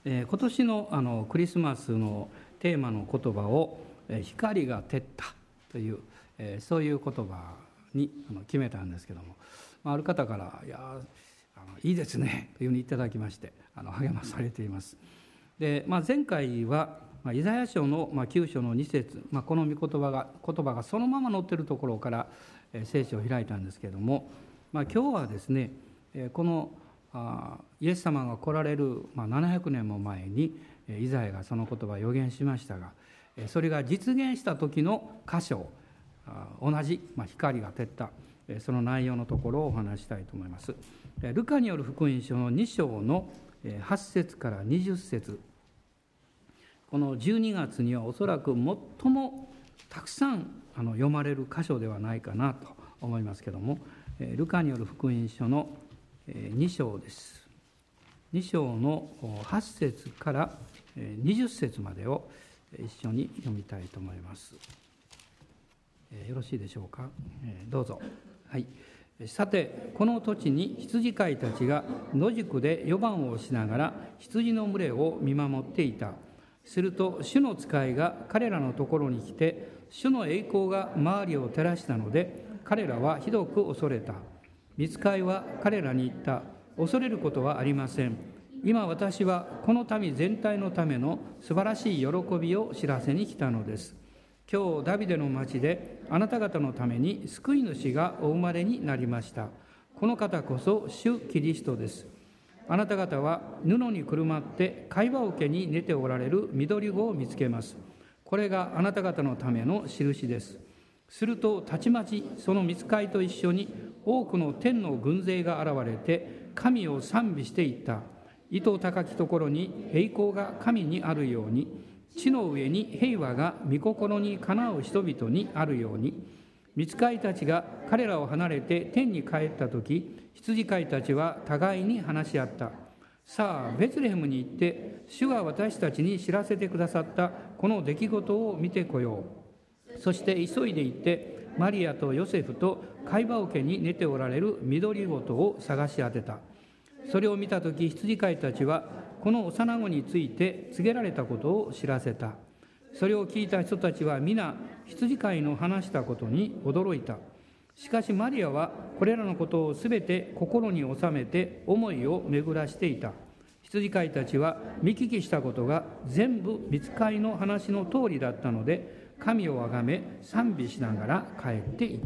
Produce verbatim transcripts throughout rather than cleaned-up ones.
えー、今年 の, あのクリスマスのテーマの言葉を、えー、光が照ったという、えー、そういう言葉にあの決めたんですけども、ある方からいやあのいいですねというふうにいただきまして、あの励まされています。で、まあ、前回は、まあ、イザヤ書の、まあ、きゅう章のに節、まあ、この御言葉が言葉がそのまま載っているところから、えー、聖書を開いたんですけれども、まあ、今日はですね、えー、このあイエス様が来られる、まあ、ななひゃくねんも前にイザヤがその言葉を預言しましたが、それが実現した時の箇所、同じ、まあ、光が照ったその内容のところをお話したいと思います。ルカによる福音書のに章のはち節からにじゅう節、このじゅうにがつにはおそらく最もたくさんあの読まれる箇所ではないかなと思いますけども、ルカによる福音書のに章です。に章のはち節からにじゅう節までを一緒に読みたいと思います。よろしいでしょうか。どうぞ。はい。さて、この土地に羊飼いたちが野宿で夜番をしながら羊の群れを見守っていた。すると主の使いが彼らのところに来て、主の栄光が周りを照らしたので、彼らはひどく恐れた。御使いは彼らに言った。恐れることはありません。今私はこの民全体のための素晴らしい喜びを知らせに来たのです。今日ダビデの町であなた方のために救い主がお生まれになりました。この方こそ主キリストです。あなた方は布にくるまって貝羽桶に寝ておられる緑子を見つけます。これがあなた方のための印です。するとたちまちその御使いと一緒に多くの天の軍勢が現れて神を賛美していった。意図高きところに栄光が神にあるように、地の上に平和が御心にかなう人々にあるように。御使いたちが彼らを離れて天に帰ったとき、羊飼いたちは互いに話し合った。さあベツレヘムに行って主が私たちに知らせてくださったこの出来事を見てこよう。そして急いで行ってマリアとヨセフと貝羽桶に寝ておられる緑子を探し当てた。それを見たとき羊飼いたちはこの幼子について告げられたことを知らせた。それを聞いた人たちは皆羊飼いの話したことに驚いた。しかしマリアはこれらのことをすべて心に収めて思いを巡らしていた。羊飼いたちは見聞きしたことが全部御使いの話の通りだったので、神をあがめ賛美しながら帰っていった。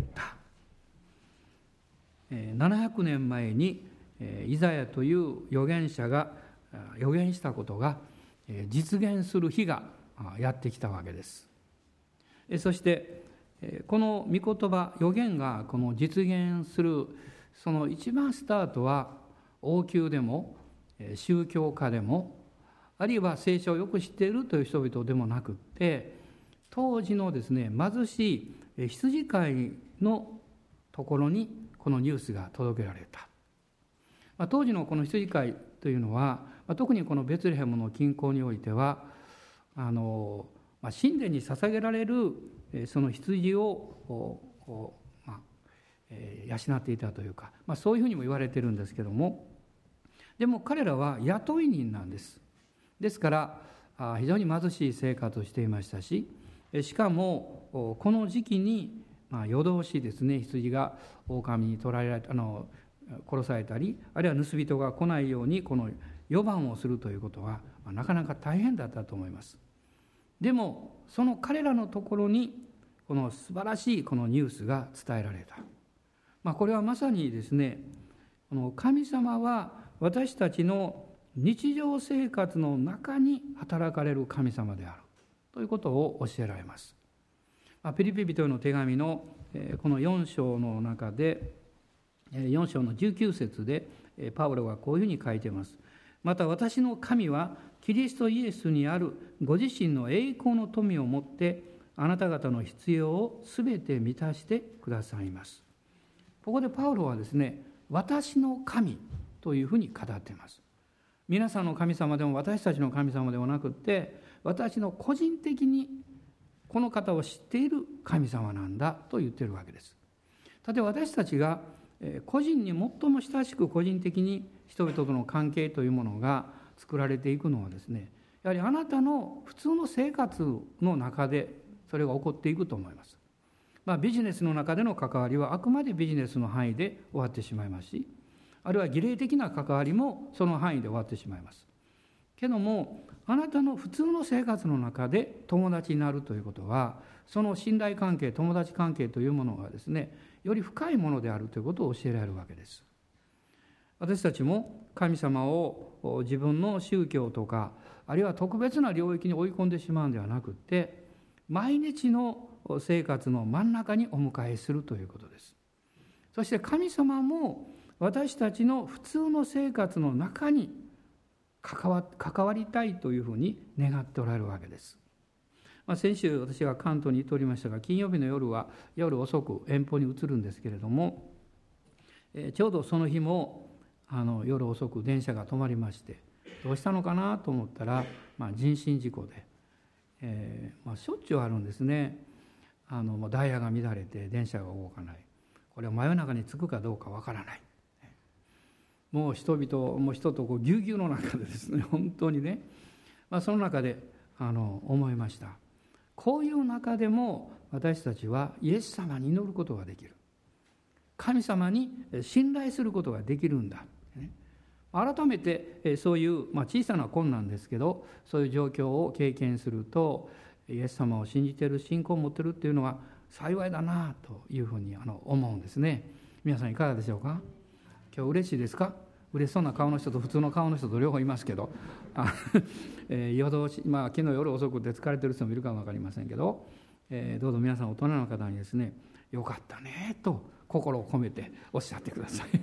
ななひゃくねんまえにイザヤという預言者が預言したことが実現する日がやってきたわけです。そしてこの御言葉預言がこの実現するその一番スタートは王宮でも宗教家でもあるいは聖書をよく知っているという人々でもなくって、当時のですね貧しい羊飼いのところにこのニュースが届けられた。当時のこの羊飼いというのは特にこのベツレヘムの近郊においてはあの神殿に捧げられるその羊を、まあ、養っていたというか、まあ、そういうふうにも言われているんですけども、でも彼らは雇い人なんです。ですから非常に貧しい生活をしていましたし、しかもこの時期に、まあ、夜通しですね羊が狼に捕らえられあの殺されたり、あるいは盗人が来ないようにこの夜番をするということは、まあ、なかなか大変だったと思います。でもその彼らのところにこの素晴らしいこのニュースが伝えられた。まあ、これはまさにですね、この神様は私たちの日常生活の中に働かれる神様であるということを教えられます。まあ、ピリピ人への手紙のこのよん章の中でよん章のじゅうきゅう節でパウロがこういうふうに書いています。また私の神はキリストイエスにあるご自身の栄光の富をもってあなた方の必要をすべて満たしてくださいます。ここでパウロはですね、私の神というふうに語っています。皆さんの神様でも私たちの神様でもなくって、私の個人的にこの方を知っている神様なんだと言っているわけです。例えば私たちが個人に最も親しく個人的に人々との関係というものが作られていくのはですね、やはりあなたの普通の生活の中でそれが起こっていくと思います。まあ、ビジネスの中での関わりはあくまでビジネスの範囲で終わってしまいますし、あるいは儀礼的な関わりもその範囲で終わってしまいます。けどもあなたの普通の生活の中で友達になるということは、その信頼関係、友達関係というものがですね、より深いものであるということを教えられるわけです。私たちも神様を自分の宗教とか、あるいは特別な領域に追い込んでしまうんではなくて、毎日の生活の真ん中にお迎えするということです。そして神様も私たちの普通の生活の中に関わ、関わりたいというふうに願っておられるわけです。まあ、先週私が関東に行っておりましたが、金曜日の夜は夜遅く遠方に移るんですけれども、えー、ちょうどその日もあの夜遅く電車が止まりまして、どうしたのかなと思ったら、まあ、人身事故で、えーまあ、しょっちゅうあるんですね。あのもうダイヤが乱れて電車が動かない、これは真夜中に着くかどうかわからない、もう人々もう人とこうぎゅうぎゅうの中でですね、本当にね、まあ、その中であの思いました。こういう中でも私たちはイエス様に祈ることができる、神様に信頼することができるんだ。改めてそういう、まあ、小さな困難ですけど、そういう状況を経験すると、イエス様を信じている、信仰を持っているっていうのは幸いだなというふうにあの思うんですね。皆さんいかがでしょうか。今日嬉しいですか。嬉しそうな顔の人と普通の顔の人と両方いますけど、あ、えー、夜通し、まあ、昨日夜遅くて疲れてる人もいるかも分かりませんけど、えー、どうぞ皆さん大人の方にですね、よかったねと心を込めておっしゃってください。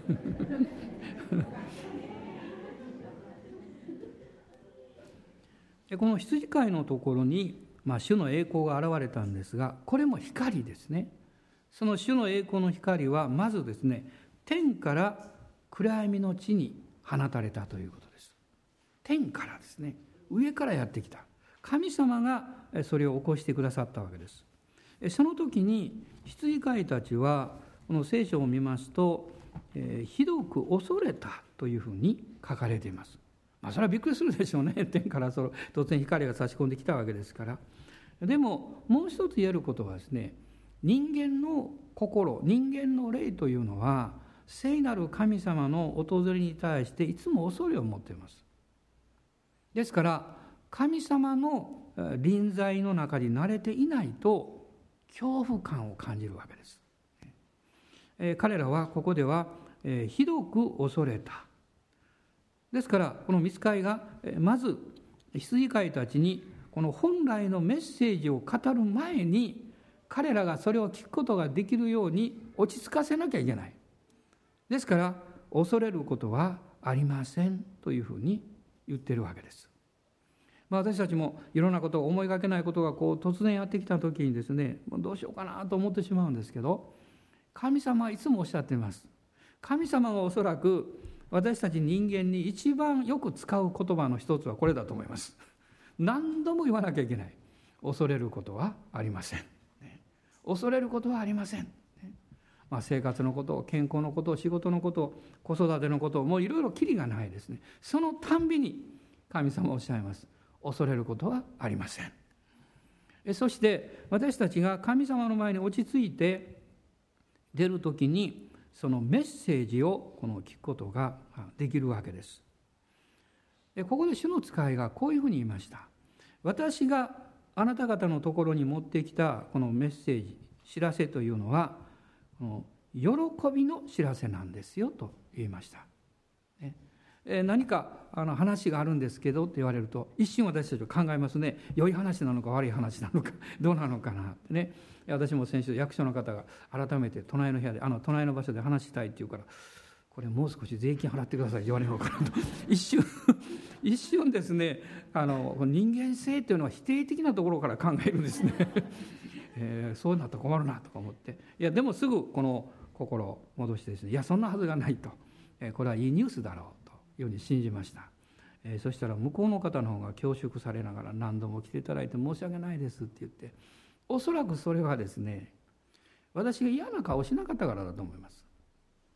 でこの羊飼いのところに、まあ、主の栄光が現れたんですが、これも光ですね。その主の栄光の光はまずですね、天から暗闇の地に放たれたということです。天からですね、上からやってきた神様がそれを起こしてくださったわけです。その時に羊飼いたちはこの聖書を見ますと、えー、ひどく恐れたというふうに書かれています。まあ、それはびっくりするでしょうね。天からその突然光が差し込んできたわけですから。でももう一つ言えることはですね、人間の心、人間の霊というのは聖なる神様の訪れに対していつも恐れを持っています。ですから神様の臨在の中に慣れていないと恐怖感を感じるわけです。えー、彼らはここでは、えー、ひどく恐れた。ですからこの御使いがまず羊飼いたちにこの本来のメッセージを語る前に、彼らがそれを聞くことができるように落ち着かせなきゃいけない。ですから恐れることはありませんというふうに言っているわけです。まあ、私たちもいろんなことを思いがけないことがこう突然やってきた時にですね、どうしようかなと思ってしまうんですけど、神様はいつもおっしゃっています。神様がおそらく私たち人間に一番よく使う言葉の一つはこれだと思います。何度も言わなきゃいけない。恐れることはありません。恐れることはありません。まあ、生活のこと、健康のこと、仕事のこと、子育てのこと、もういろいろキリがないですね。そのたんびに神様はおっしゃいます。恐れることはありません。えそして私たちが神様の前に落ち着いて出るときに、そのメッセージをこの聞くことができるわけです。でここで主の使いがこういうふうに言いました。私があなた方のところに持ってきたこのメッセージ、知らせというのはこの喜びの知らせなんですよと言いました。ねえー、何かあの話があるんですけどって言われると一瞬私たちは考えますね。良い話なのか悪い話なのかどうなのかなってね。私も先週役所の方が改めて隣の部屋であの隣の場所で話したいって言うから、これもう少し税金払ってくださいって言われるのかなと一瞬一瞬ですね、あの人間性っていうのは否定的なところから考えるんですね、えー、そうなったら困るなとか思って、いやでもすぐこの心を戻してですね、いやそんなはずがないと、えー、これはいいニュースだろうというふうに信じました。えー、そしたら向こうの方の方が恐縮されながら、何度も来ていただいて申し訳ないですって言って、おそらくそれはですね、私が嫌な顔しなかったからだと思います。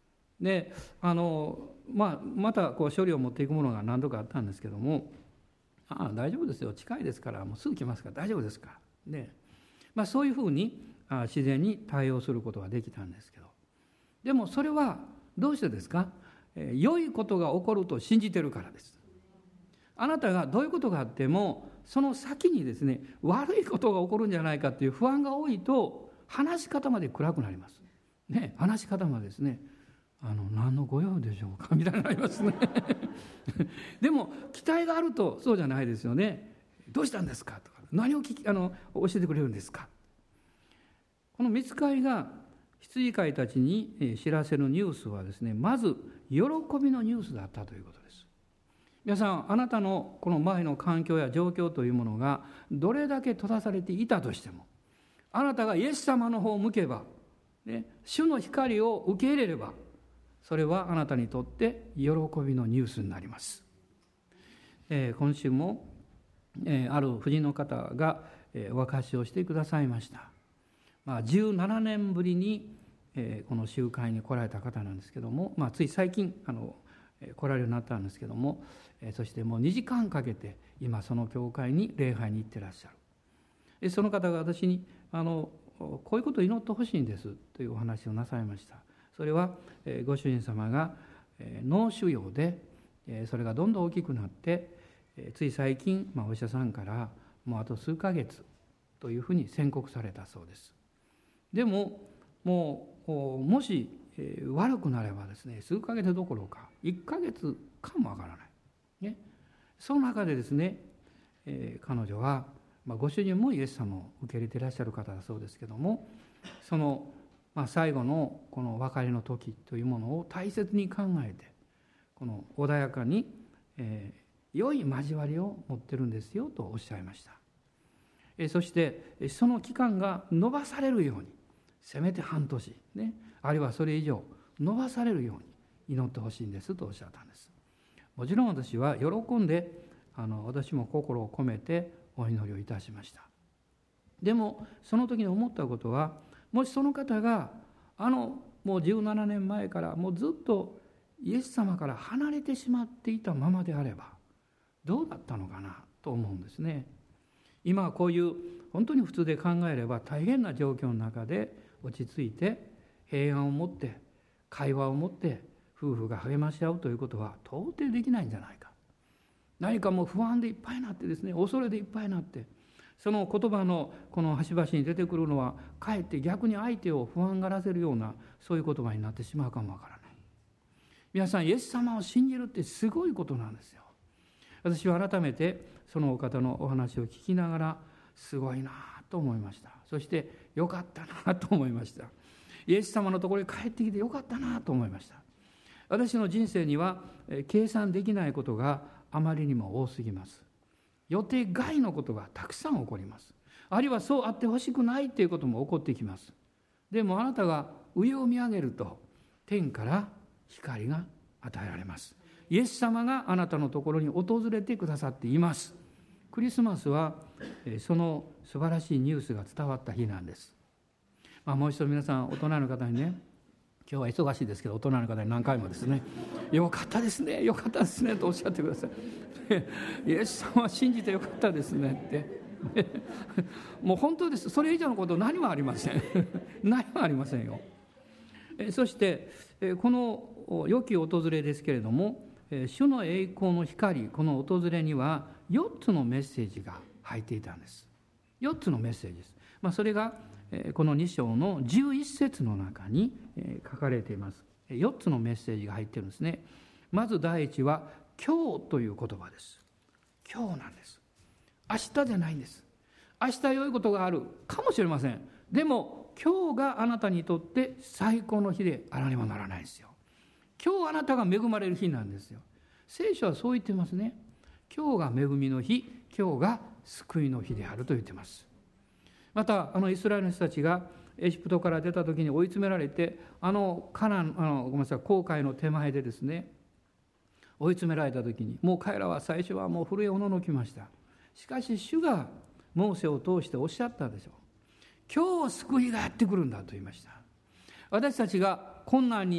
であの、まあ、またこう処理を持っていくものが何度かあったんですけども、ああ大丈夫ですよ、近いですから、もうすぐ来ますから大丈夫ですから、ね、まあ、そういうふうにあ自然に対応することができたんですけど、でもそれはどうしてですか？えー、良いことが起こると信じてるからです。あなたがどういうことがあってもその先にですね、悪いことが起こるんじゃないかという不安が多いと、話し方まで暗くなります、ね、話し方までですね、あの何のご用でしょうかみたいになりますねでも期待があるとそうじゃないですよね。どうしたんですかとか、何を聞きあの教えてくれるんですか。この御使いが羊飼いたちに知らせるニュースはですね、まず喜びのニュースだったということです。皆さん、あなたのこの前の環境や状況というものがどれだけ閉ざされていたとしても、あなたがイエス様の方を向けば、ね、主の光を受け入れれば、それはあなたにとって喜びのニュースになります。えー、今週も、えー、ある婦人の方が、えー、お明かしをしてくださいました。まあ、じゅうななねんぶりに、えー、この集会に来られた方なんですけども、まあ、つい最近あの来られるようになったんですけども、そしてもうにじかんかけて今その教会に礼拝に行ってらっしゃる。その方が私にあのこういうことを祈ってほしいんですというお話をなさいました。それはご主人様が脳腫瘍でそれがどんどん大きくなって、つい最近、まあ、お医者さんからもうあと数ヶ月というふうに宣告されたそうです。でももうもし悪くなればですね、数ヶ月どころかいっかげつかもわからない、ね、その中でですね、えー、彼女は、まあ、ご主人もイエス様を受け入れていらっしゃる方だそうですけども、その、まあ、最後のこの別れの時というものを大切に考えて、この穏やかに、えー、良い交わりを持ってるんですよとおっしゃいました。えー、そしてその期間が延ばされるように、せめて半年ね、あるいはそれ以上伸ばされるように祈ってほしいんですとおっしゃったんです。もちろん私は喜んで、あの私も心を込めてお祈りをいたしました。でもその時に思ったことは、もしその方があのもうじゅうななねんまえからもうずっとイエス様から離れてしまっていたままであればどうだったのかなと思うんですね。今はこういう本当に普通で考えれば大変な状況の中で落ち着いて平安を持って会話を持って夫婦が励まし合うということは到底できないんじゃないか。何かもう不安でいっぱいになってですね、恐れでいっぱいになって、その言葉のこの端々に出てくるのはかえって逆に相手を不安がらせるようなそういう言葉になってしまうかもわからない。皆さん、イエス様を信じるってすごいことなんですよ。私は改めてそのお方のお話を聞きながらすごいなと思いました。そしてよかったなと思いました。イエス様のところに帰ってきてよかったなと思いました。私の人生には計算できないことがあまりにも多すぎます。予定外のことがたくさん起こります。あるいはそうあってほしくないということも起こってきます。でもあなたが上を見上げると天から光が与えられます。イエス様があなたのところに訪れてくださっています。クリスマスはその素晴らしいニュースが伝わった日なんです。まあ、もう一度皆さん、大人の方にね、今日は忙しいですけど大人の方に何回もですね、よかったですねよかったですねとおっしゃってください。イエス様は信じてよかったですねってもう本当です。それ以上のこと何もありません何もありませんよ。そしてこの良き訪れですけれども、主の栄光の光、この訪れにはよっつのメッセージが入っていたんです。よっつのメッセージです。まあ、それがこのに章のじゅういっ節の中に書かれています。よっつのメッセージが入っているんですね。まず第一は今日という言葉です。今日なんです。明日じゃないんです。明日良いことがあるかもしれません。でも今日があなたにとって最高の日であらねばならないですよ。今日あなたが恵まれる日なんですよ。聖書はそう言ってますね。今日が恵みの日、今日が救いの日であると言ってます。またあのイスラエルの人たちがエジプトから出た時に追い詰められて、あのカナンあのごめんなさい紅海の手前でですね追い詰められた時に、もう彼らは最初はもう震えおののきました。しかし主がモーセを通しておっしゃったでしょう。今日救いがやってくるんだと言いました。私たちが困難に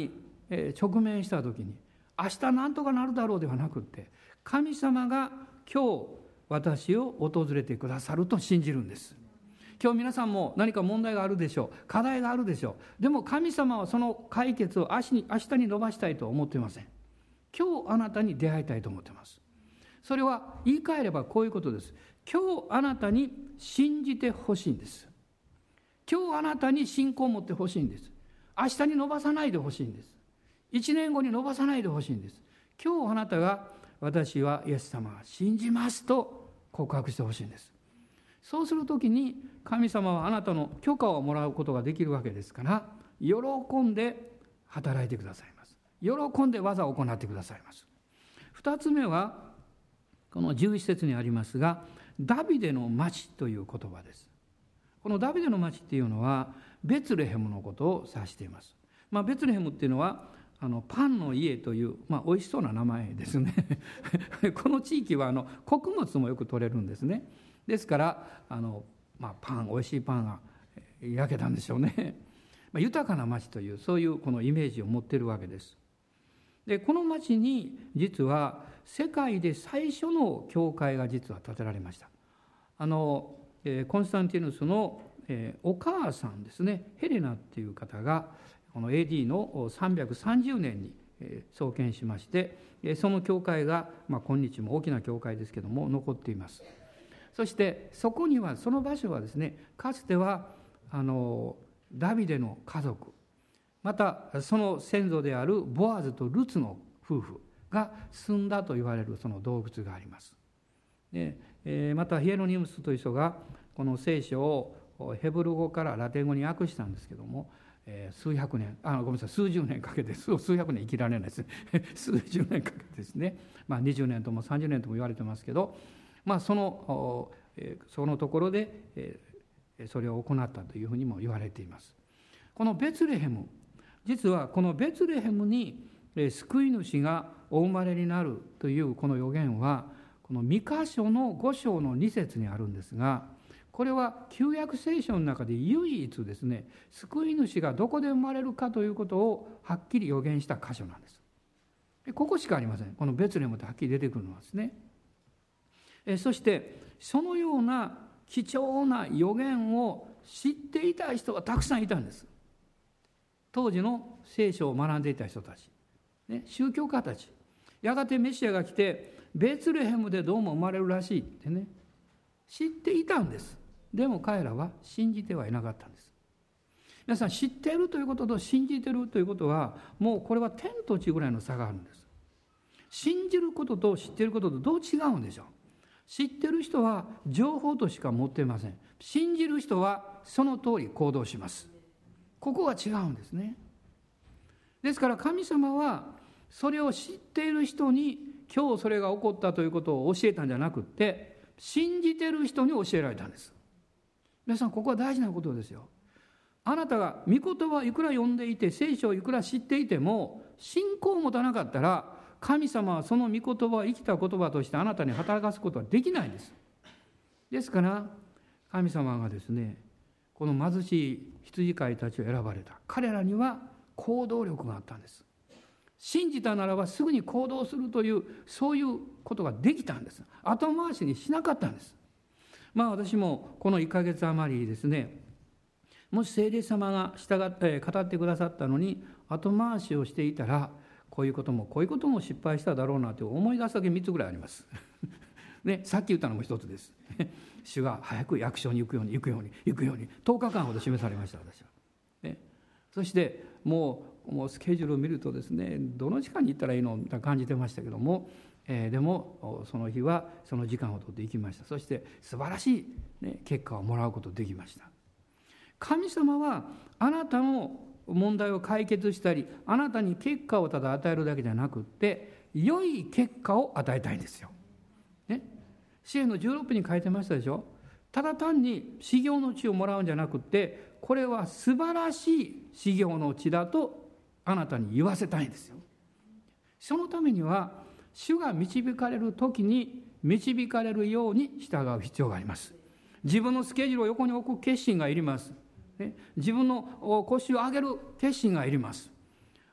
直面した時に、明日何とかなるだろうではなくって、神様が今日私を訪れてくださると信じるんです。今日皆さんも何か問題があるでしょう、課題があるでしょう。でも神様はその解決を明日に、明日に伸ばしたいと思っていません。今日あなたに出会いたいと思っています。それは言い換えればこういうことです。今日あなたに信じてほしいんです。今日あなたに信仰を持ってほしいんです。明日に伸ばさないでほしいんです。一年後に伸ばさないでほしいんです。今日あなたが私はイエス様を信じますと告白してほしいんです。そうするときに神様はあなたの許可をもらうことができるわけですから、喜んで働いてくださいます。喜んで技を行ってくださいます。二つ目はこのじゅういち節にありますが、ダビデの町という言葉です。このダビデの町っていうのはベツレヘムのことを指しています。まあ、ベツレヘムっていうのはあのパンの家という、まあ、美味しそうな名前ですねこの地域はあの穀物もよく取れるんですね。ですからあの、まあ、パン、美味しいパンが焼けたんでしょうねまあ豊かな町というそういうこのイメージを持っているわけです。でこの町に実は世界で最初の教会が実は建てられました。あのコンスタンティヌスのお母さんですね、ヘレナっていう方がこの エーディー のさんびゃくさんじゅうねんに創建しまして、その教会が、まあ、今日も大きな教会ですけども残っています。そしてそこには、その場所はですね、かつてはあのダビデの家族、またその先祖であるボアズとルツの夫婦が住んだと言われるその洞窟があります。でまたヒエロニムスという人がこの聖書をヘブル語からラテン語に訳したんですけども、数百年あごめんなさい数十年かけて、数百年生きられないです数十年かけてですね、まあ、にじゅうねんともさんじゅうねんとも言われてますけど、まあ、そのそのところでそれを行ったというふうにも言われています。このベツレヘム、実はこのベツレヘムに救い主がお生まれになるというこの予言は、このミカ書のご章のに節にあるんですが、これは旧約聖書の中で唯一ですね、救い主がどこで生まれるかということをはっきり予言した箇所なんです。ここしかありません。このベツレヘムとはっきり出てくるのはですね。そしてそのような貴重な予言を知っていた人がたくさんいたんです。当時の聖書を学んでいた人たち、ね、宗教家たち、やがてメシアが来てベツレヘムでどうも生まれるらしいってね、知っていたんです。でも彼らは信じてはいなかったんです。皆さん、知っているということと信じているということは、もうこれは天と地ぐらいの差があるんです。信じることと知っていることとどう違うんでしょう。知っている人は情報としか持っていません。信じる人はその通り行動します。ここが違うんですね。ですから神様はそれを知っている人に今日それが起こったということを教えたんじゃなくって、信じている人に教えられたんです。皆さん、ここは大事なことですよ。あなたが御言葉をいくら読んでいて、聖書をいくら知っていても、信仰を持たなかったら、神様はその御言葉を生きた言葉としてあなたに働かすことはできないんです。ですから神様がですね、この貧しい羊飼いたちを選ばれた。彼らには行動力があったんです。信じたならばすぐに行動するという、そういうことができたんです。後回しにしなかったんです。まあ私もこのいっかげつ余りですね、もし聖霊様が従って語ってくださったのに後回しをしていたら、こういうこともこういうことも失敗しただろうなと思い出すだけみっつぐらいありますね、さっき言ったのも一つです主が早く役所に行くように行くように行くようにとおかかんほど示されました、私は、ね、そしてもう、もうスケジュールを見るとですね、どの時間に行ったらいいのと感じてましたけども、えー、でもその日はその時間をとって行きました。そして素晴らしい、ね、結果をもらうことができました。神様はあなたの問題を解決したり、あなたに結果をただ与えるだけじゃなくって、良い結果を与えたいんですよ。ね、詩篇のじゅうろくに書いてましたでしょ。ただ単に修行の地をもらうんじゃなくって、これは素晴らしい修行の地だとあなたに言わせたいんですよ。そのためには主が導かれる時に導かれるように従う必要があります。自分のスケジュールを横に置く決心がいります。自分の腰を上げる決心がいります。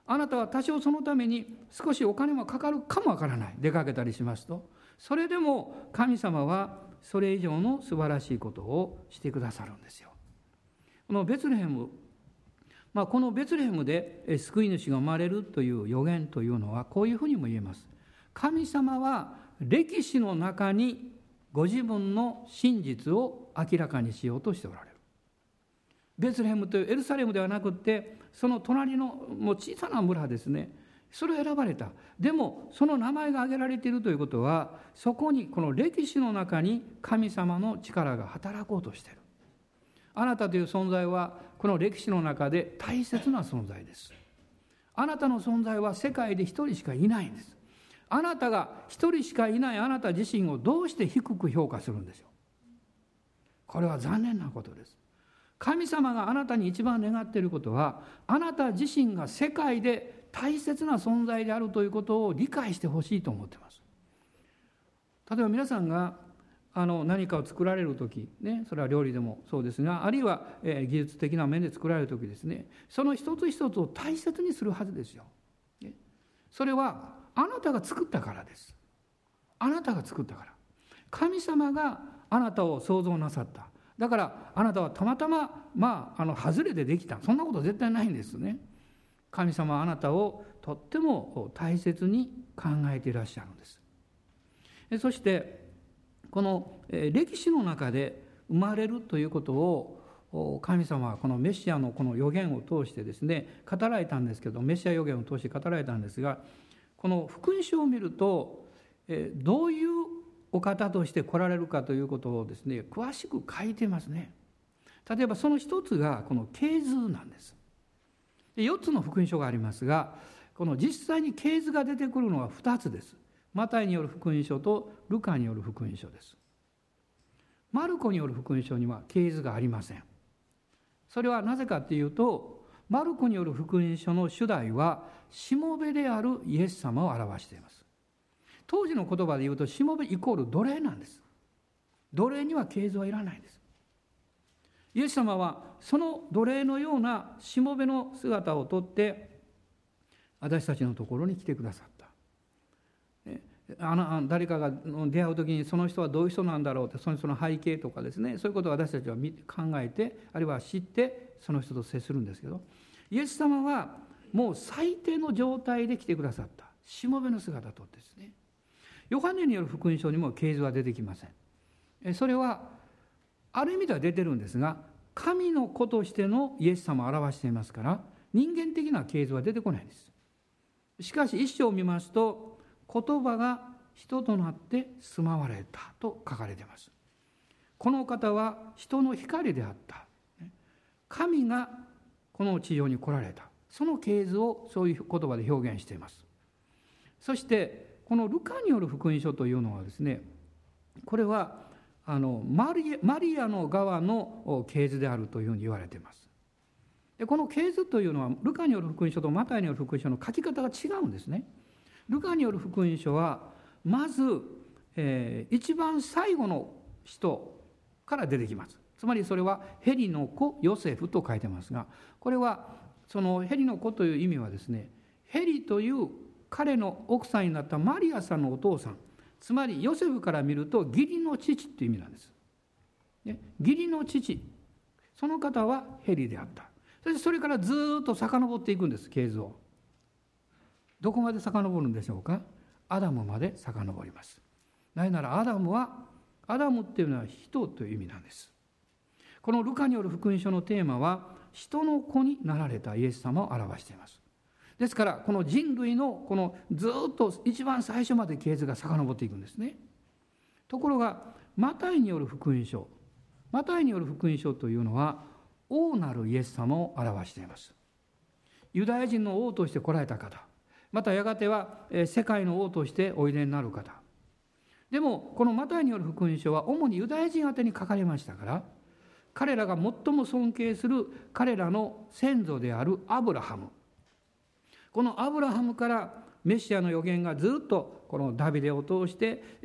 あなたは多少そのために少しお金もかかるかもわからない。出かけたりしますと、それでも神様はそれ以上の素晴らしいことをしてくださるんですよ。このベツレヘム、まあ、このベツレヘムで救い主が生まれるという予言というのはこういうふうにも言えます。神様は歴史の中にご自分の真実を明らかにしようとしておられる。ベツレヘムというエルサレムではなくって、その隣のもう小さな村ですね、それを選ばれた。でもその名前が挙げられているということは、そこにこの歴史の中に神様の力が働こうとしている。あなたという存在はこの歴史の中で大切な存在です。あなたの存在は世界で一人しかいないんです。あなたが一人しかいないあなた自身をどうして低く評価するんでしょう。これは残念なことです。神様があなたに一番願っていることは、あなた自身が世界で大切な存在であるということを理解してほしいと思っています。例えば皆さんがあの何かを作られるとき、ね、それは料理でもそうですが、あるいは、えー、技術的な面で作られるときですね、その一つ一つを大切にするはずですよ。ね、それはあなたが作ったからです。あなたが作ったから。神様があなたを創造なさった。だからあなたはたまたま、まあ、あの外れでできた。そんなこと絶対ないんですね。神様はあなたをとっても大切に考えていらっしゃるんです。そしてこの歴史の中で生まれるということを神様はこのメシアのこの預言を通してですね語られたんですけど、メシア預言を通して語られたんですが、この福音書を見るとどういうお方として来られるかということをですね詳しく書いてますね。例えばその一つがこの系図なんです。よっつの福音書がありますが、この実際に系図が出てくるのはふたつです。マタイによる福音書とルカによる福音書です。マルコによる福音書には系図がありません。それはなぜかというと、マルコによる福音書の主題はしもべであるイエス様を表しています。当時の言葉で言うとしもべイコール奴隷なんです。奴隷には系図はいらないんです。イエス様はその奴隷のようなしもべの姿をとって私たちのところに来てくださった。あの誰かが出会うときにその人はどういう人なんだろうって、その人の背景とかですね、そういうことを私たちは考えて、あるいは知ってその人と接するんですけど、イエス様はもう最低の状態で来てくださったしもべの姿とですね。ヨハネによる福音書にも系図は出てきません。それはある意味では出てるんですが、神の子としてのイエス様を表していますから、人間的な系図は出てこないんです。しかし一章を見ますと、言葉が人となって住まわれたと書かれています。この方は人の光であった。神がこの地上に来られた。その系図をそういう言葉で表現しています。そしてこのルカによる福音書というのはですね、これはあのマリ、マリアの側の系図であるというふうに言われています。でこの系図というのはルカによる福音書とマタイによる福音書の書き方が違うんですね。ルカによる福音書はまず、えー、一番最後の人から出てきます。つまりそれはヘリの子ヨセフと書いてますが、これはそのヘリの子という意味はですね、ヘリという彼の奥さんになったマリアさんのお父さん、つまりヨセフから見ると義理の父という意味なんです。ね、義理の父、その方はヘリであった。そしてそれからずっと遡っていくんです、系図を。どこまで遡るんでしょうか。アダムまで遡ります。なぜならアダムはアダムっていうのは人という意味なんです。このルカによる福音書のテーマは人の子になられたイエス様を表しています。ですからこの人類のこのずっと一番最初まで系図が遡っていくんですね。ところがマタイによる福音書マタイによる福音書というのは王なるイエス様を表しています。ユダヤ人の王として来られた方、またやがては世界の王としておいでになる方。でもこのマタイによる福音書は主にユダヤ人宛てに書かれましたから、彼らが最も尊敬する彼らの先祖であるアブラハム、このアブラハムからメシアの予言がずっとこのダビデを通して、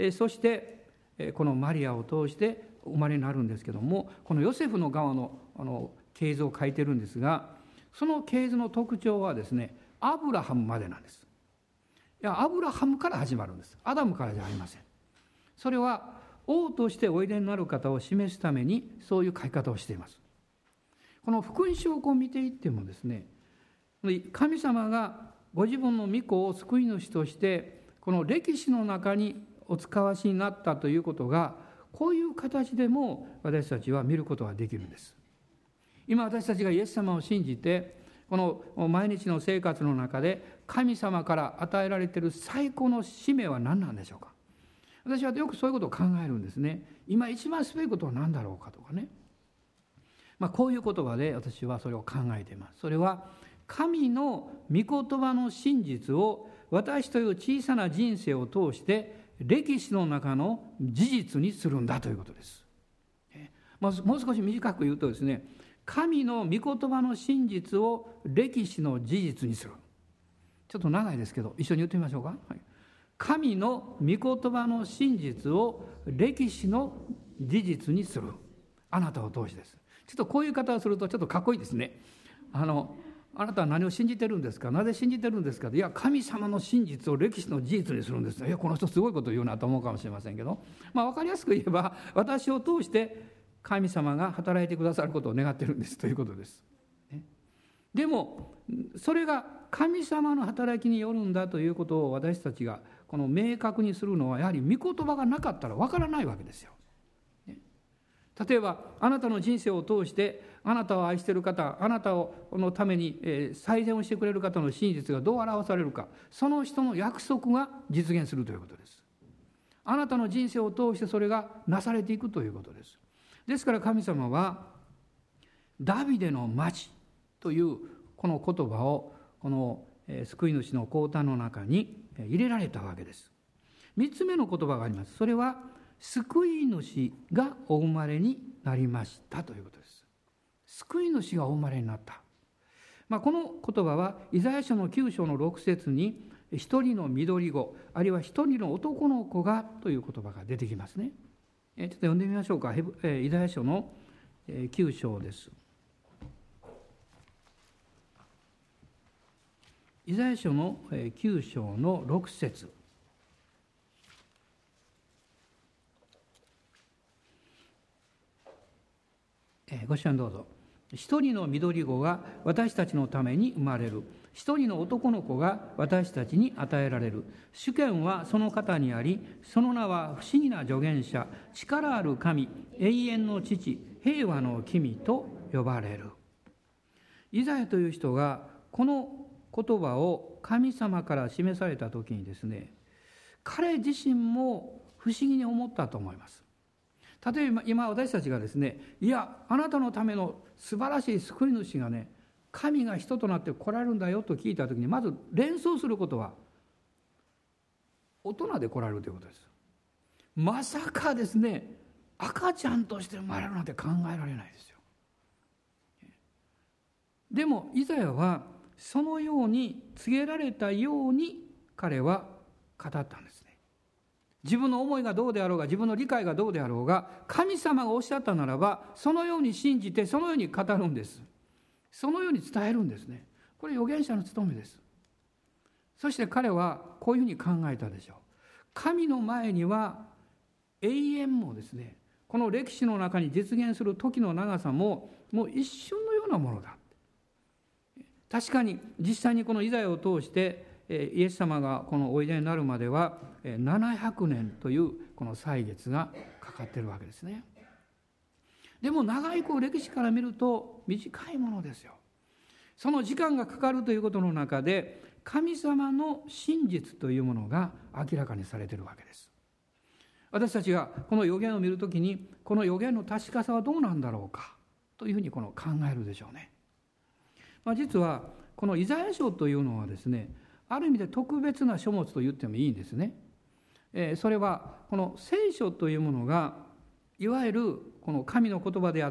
そしてこのマリアを通して生まれになるんですけども、このヨセフの側のあの系図を書いてるんですが、その系図の特徴はですね、 アブラハムまでなんです。いや、アブラハムから始まるんです。アダムからじゃありません。それは王としておいでになる方を示すためにそういう書き方をしています。この福音書をこう見ていってもですね、神様がご自分の御子を救い主としてこの歴史の中にお使わしになったということが、こういう形でも私たちは見ることができるんです。今私たちがイエス様を信じてこの毎日の生活の中で神様から与えられている最高の使命は何なんでしょうか。私はよくそういうことを考えるんですね。今一番すべきことは何だろうかとかね、まあ、こういう言葉で私はそれを考えています。それは神の御言葉の真実を私という小さな人生を通して歴史の中の事実にするんだということです。もう少し短く言うとですね、神の御言葉の真実を歴史の事実にする。ちょっと長いですけど一緒に言ってみましょうか。はい、神の御言葉の真実を歴史の事実にする。あなたを通してです。ちょっとこういう方をするとちょっとかっこいいですね。あのあなたは何を信じてるんですか、なぜ信じてるんですか。いや、神様の真実を歴史の事実にするんです。いや、この人すごいこと言うなと思うかもしれませんけど、まあ、分かりやすく言えば私を通して神様が働いてくださることを願ってるんですということです、ね、でもそれが神様の働きによるんだということを私たちがこの明確にするのは、やはり御言葉がなかったら分からないわけですよ。例えばあなたの人生を通してあなたを愛している方、あなたのために最善をしてくれる方の真実がどう表されるか、その人の約束が実現するということです。あなたの人生を通してそれがなされていくということです。ですから神様はダビデの町というこの言葉をこの救い主の降誕の中に入れられたわけです。三つ目の言葉があります。それは救い主がお生まれになりましたということです。救い主がお生まれになった、まあ、この言葉はイザヤ書のきゅう章のろく節に一人の緑子、あるいは一人の男の子がという言葉が出てきますね。ちょっと読んでみましょうか。イザヤ書のきゅう章です。イザヤ書のきゅう章のろく節、ご一緒にどうぞ。一人の緑子が私たちのために生まれる。一人の男の子が私たちに与えられる。主権はその方にあり、その名は不思議な助言者、力ある神、永遠の父、平和の君と呼ばれる。イザヤという人がこの言葉を神様から示された時にですね、彼自身も不思議に思ったと思います。例えば今私たちがですね、いやあなたのための素晴らしい救い主がね、神が人となって来られるんだよと聞いた時に、まず連想することは大人で来られるということです。まさかですね、赤ちゃんとして生まれるなんて考えられないですよ。でもイザヤはそのように告げられたように彼は語ったんですね。自分の思いがどうであろうが、自分の理解がどうであろうが、神様がおっしゃったならばそのように信じて、そのように語るんです。そのように伝えるんですね。これ預言者の務めです。そして彼はこういうふうに考えたでしょう。神の前には永遠もですね、この歴史の中に実現する時の長さももう一瞬のようなものだ。確かに実際にこのイザヤを通してイエス様がこのおいでになるまではななひゃくねんというこの歳月がかかっているわけですね。でも長いこう歴史から見ると短いものですよ。その時間がかかるということの中で神様の真実というものが明らかにされているわけです。私たちがこの預言を見るときに、この預言の確かさはどうなんだろうかというふうにこの考えるでしょうね。まあ、実はこのイザヤ書というのはですね、ある意味で特別な書物と言ってもいいんですね。えー、それはこの聖書というものがいわゆるこの神の言葉であって、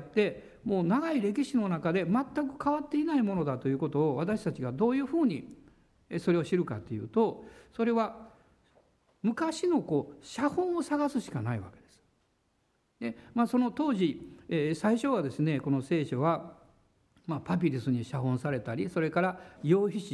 もう長い歴史の中で全く変わっていないものだということを私たちがどういうふうにそれを知るかというと、それは昔のこう写本を探すしかないわけです。で、まあ、その当時、えー、最初はですね、この聖書は、まあ、パピルスに写本されたり、それから羊皮紙、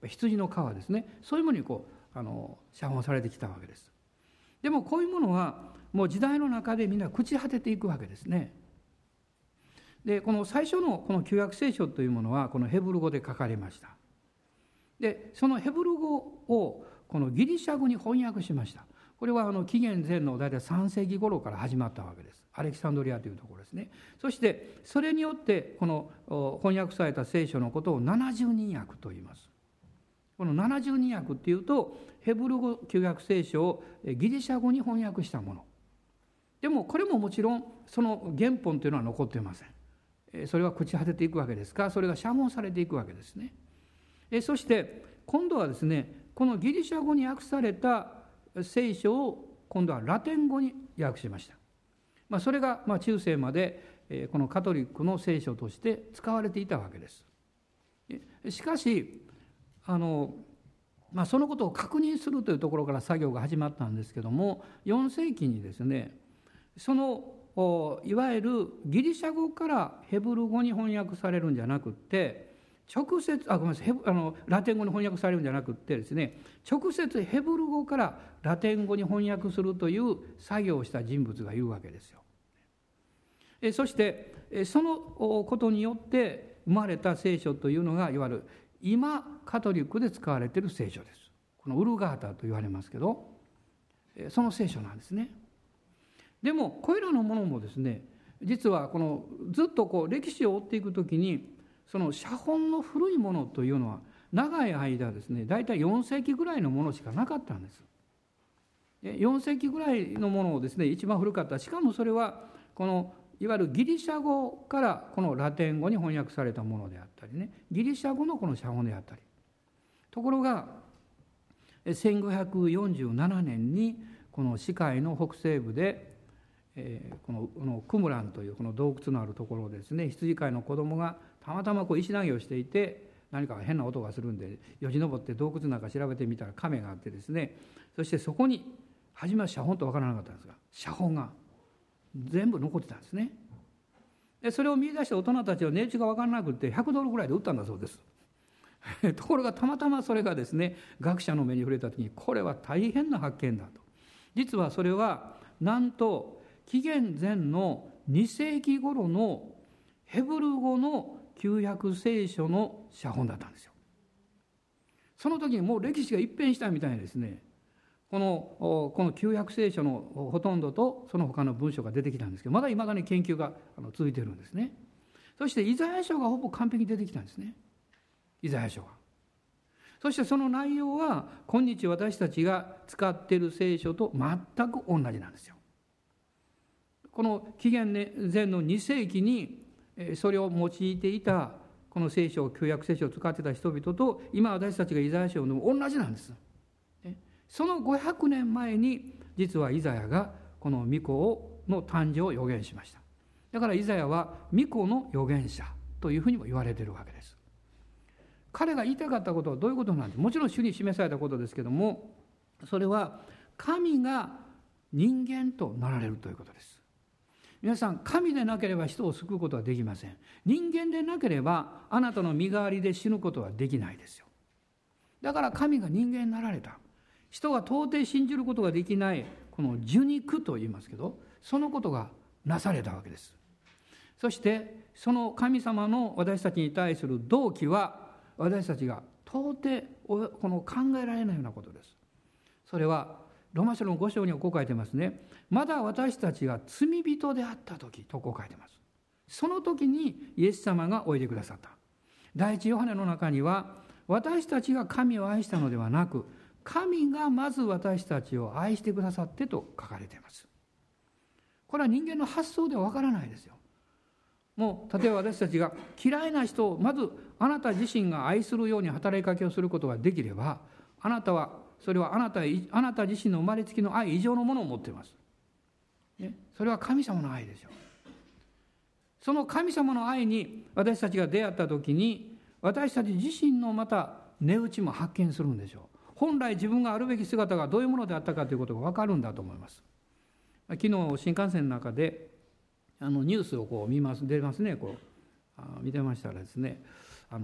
羊の皮ですね、そういうものにこうあの写本されてきたわけです。でもこういうものはもう時代の中でみんな朽ち果てていくわけですね。でこの最初のこの旧約聖書というものはこのヘブル語で書かれました。でそのヘブル語をこのギリシャ語に翻訳しました。これはあの紀元前の大体さん世紀頃から始まったわけです。アレキサンドリアというところですね。そしてそれによってこの翻訳された聖書のことをななじゅうにん訳と言います。このななじゅうにん訳っていうとヘブル語旧約聖書をギリシャ語に翻訳したもの。でもこれももちろんその原本というのは残っていません。それは朽ち果てていくわけですから、それが写本されていくわけですね。そして今度はですね、このギリシャ語に訳された聖書を今度はラテン語に訳しました。まあ、それがまあ中世までこのカトリックの聖書として使われていたわけです。しかしあの、まあ、そのことを確認するというところから作業が始まったんですけども、よん世紀にですね、そのいわゆるギリシャ語からヘブル語に翻訳されるんじゃなくって直接あごめんなさいあのラテン語に翻訳されるんじゃなくってですね、直接ヘブル語からラテン語に翻訳するという作業をした人物がいるわけですよ。えそしてそのことによって生まれた聖書というのがいわゆる今カトリックで使われている聖書です。このウルガータと言われますけど、その聖書なんですね。でもこれらのものもですね、実はこのずっとこう歴史を追っていくときにその写本の古いものというのは長い間ですね、だいたいよん世紀ぐらいのものしかなかったんです。よん世紀ぐらいのものをですね、一番古かった。しかもそれはこのいわゆるギリシャ語からこのラテン語に翻訳されたものであったりね、ギリシャ語のこの写本であったり。ところがせんごひゃくよんじゅうななねんにこの死海の北西部でえー、このこのクムランというこの洞窟のあるところでですね、羊飼いの子供がたまたまこう石投げをしていて何か変な音がするんでよじ登って洞窟の中調べてみたら亀があってですね、そしてそこに初めは写本と分からなかったんですが写本が全部残ってたんですね。でそれを見出した大人たちは値打ちが分からなくてひゃくドルぐらいで売ったんだそうです。ところがたまたまそれがですね学者の目に触れた時にこれは大変な発見だと。実はそれはなんと紀元前のに世紀頃のヘブル語の旧約聖書の写本だったんですよ。その時にもう歴史が一変したみたいにですね、このこの旧約聖書のほとんどとその他の文章が出てきたんですけど、まだいまだに研究が続いているんですね。そしてイザヤ書がほぼ完璧に出てきたんですね。イザヤ書が。そしてその内容は今日私たちが使っている聖書と全く同じなんですよ。この紀元前のに世紀にそれを用いていたこの聖書、旧約聖書を使っていた人々と今私たちがイザヤ書を読む同じなんです。そのごひゃくねんまえに実はイザヤがこの御子の誕生を予言しました。だからイザヤは御子の預言者というふうにも言われているわけです。彼が言いたかったことはどういうことなんですか。もちろん主に示されたことですけども、それは神が人間となられるということです。皆さん、神でなければ人を救うことはできません。人間でなければあなたの身代わりで死ぬことはできないですよ。だから神が人間になられた。人が到底信じることができないこの受肉と言いますけど、そのことがなされたわけです。そしてその神様の私たちに対する動機は私たちが到底この考えられないようなことです。それはローマ書のご章にこう書いてますね。まだ私たちが罪人であった時とこう書いてます。その時にイエス様がおいでくださった。第一ヨハネの中には私たちが神を愛したのではなく神がまず私たちを愛してくださってと書かれています。これは人間の発想ではわからないですよ。もう例えば私たちが嫌いな人をまずあなた自身が愛するように働きかけをすることができれば、あなたはそれはあなたあなた自身の生まれつきの愛以上のものを持っています、ね、それは神様の愛ですよ。その神様の愛に私たちが出会った時に私たち自身のまた値打ちも発見するんでしょう。本来自分があるべき姿がどういうものであったかということが分かるんだと思います。昨日新幹線の中であのニュースをこう見ます出ますねこうあ見てましたらですね、あの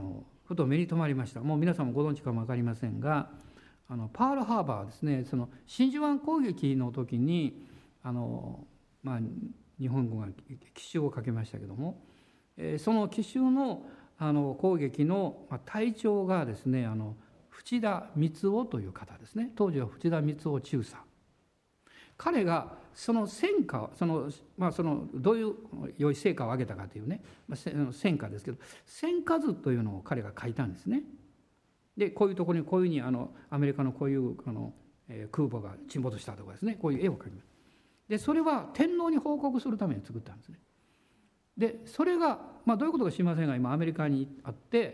ふと目に留まりました。もう皆さんもご存知かも分かりませんが、あのパールハーバーですね、その真珠湾攻撃の時にあの、まあ、日本軍が奇襲をかけましたけども、えー、その奇襲のあの攻撃の隊長がですね、あの淵田光雄という方ですね。当時は淵田光雄中佐。彼がその戦果、その、まあ、そのどういう良い成果を上げたかというね、まあ、戦果ですけど、戦果図というのを彼が書いたんですね。でこういうところにこういうふうにあのアメリカのこういうあの、えー、空母が沈没したとかですね、こういう絵を描きます。でそれは天皇に報告するために作ったんですね。でそれが、まあ、どういうことか知りませんが、今アメリカにあって、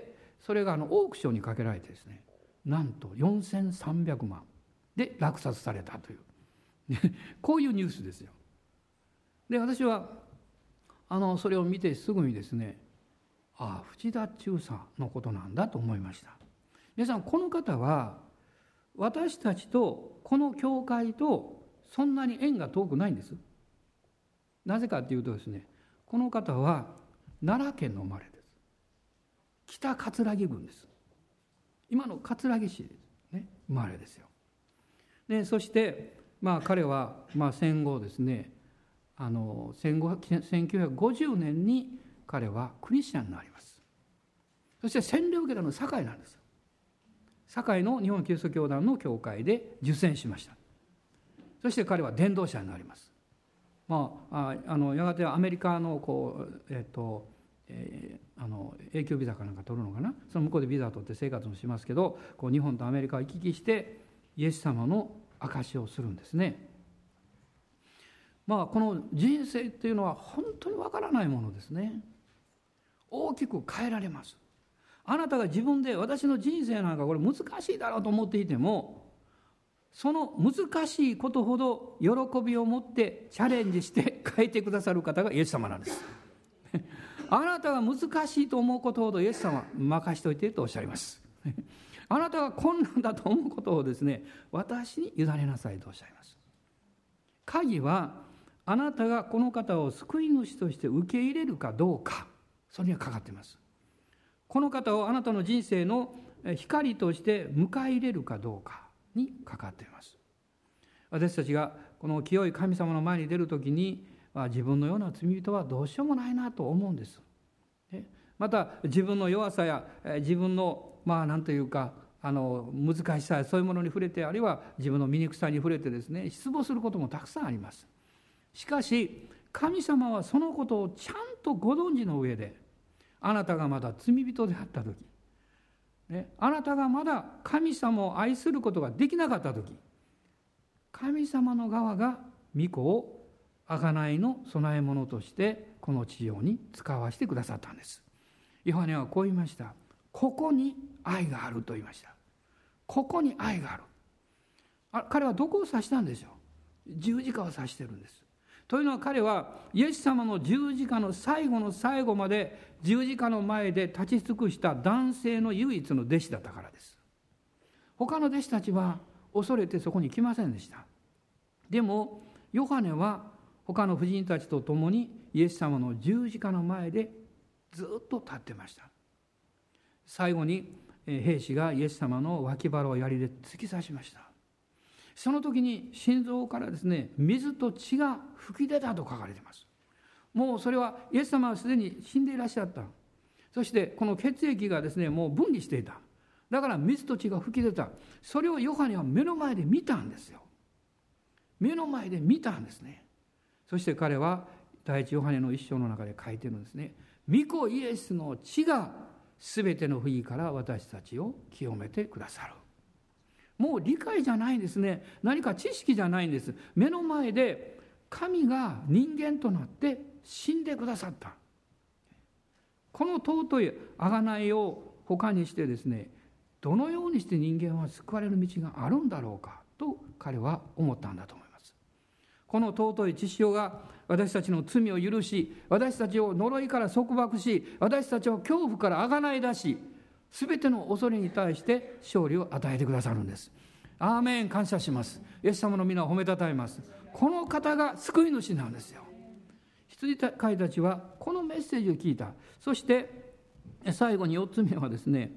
それがあのオークションにかけられてですね、なんとよんせんさんびゃくまんで落札されたというこういうニュースですよ。で私はあのそれを見てすぐにですね、ああ淵田中佐のことなんだと思いました。皆さん、この方は私たちとこの教会とそんなに縁が遠くないんです。なぜかというとですね、この方は奈良県の生まれです。北葛城郡です。今の桂木市ですね、生まれですよ。でそしてまあ彼はまあ戦後ですね、あのせんきゅうひゃくごじゅうねんに彼はクリスチャンになります。そして洗礼を受けたのは堺なんです。堺の日本キリスト教団の教会で受洗しました。そして彼は伝道者になります。まあ、ああのやがてアメリカのこう、えっとえー、あの永久ビザかなんか取るのかな、その向こうでビザを取って生活もしますけど、こう日本とアメリカを行き来してイエス様の証しをするんですね。まあこの人生っていうのは本当にわからないものですね。大きく変えられます。あなたが自分で私の人生なんかこれ難しいだろうと思っていても、その難しいことほど喜びを持ってチャレンジして変えてくださる方がイエス様なんですあなたが難しいと思うことほどイエス様任しておいてとおっしゃいますあなたが困難だと思うことをですね、私に委ねなさいとおっしゃいます。鍵はあなたがこの方を救い主として受け入れるかどうか、それにはかかっています。この方をあなたの人生の光として迎え入れるかどうかにかかっています。私たちがこの清い神様の前に出るときに、自分のような罪人はどうしようもないなと思うんです。また自分の弱さや自分のまあ何というかあの難しさやそういうものに触れて、あるいは自分の醜さに触れてですね、失望することもたくさんあります。しかし神様はそのことをちゃんとご存知の上で、あなたがまだ罪人であった時、ね、あなたがまだ神様を愛することができなかった時、神様の側が御子を贖いの供え物としてこの地上に使わせてくださったんです。ヨハネはこう言いました。ここに愛があると言いました。ここに愛がある。あ、彼はどこを指したんでしょう。十字架を指してるんです。というのは彼はイエス様の十字架の最後の最後まで十字架の前で立ち尽くした男性の唯一の弟子だったからです。他の弟子たちは恐れてそこに来ませんでした。でもヨハネは他の婦人たちと共にイエス様の十字架の前でずっと立ってました。最後に兵士がイエス様の脇腹を槍で突き刺しました。その時に心臓からですね、水と血が吹き出たと書かれています。もうそれはイエス様はすでに死んでいらっしゃった。そしてこの血液がですね、もう分離していた。だから水と血が吹き出た。それをヨハネは目の前で見たんですよ。目の前で見たんですね。そして彼は第一ヨハネの一章の中で書いてるんですね。御子イエスの血がすべての不義から私たちを清めてくださる。もう理解じゃないんですね。何か知識じゃないんです。目の前で神が人間となって死んでくださった。この尊い贖いを他にしてですね、どのようにして人間は救われる道があるんだろうかと彼は思ったんだと思います。この尊い血潮が私たちの罪を許し、私たちを呪いから束縛し、私たちを恐怖から贖い出し、すべての恐れに対して勝利を与えてくださるんです。アーメン。感謝します。イエス様の皆を褒めたたえます。この方が救い主なんですよ。羊飼いたちはこのメッセージを聞いた。そして最後によっつめはですね、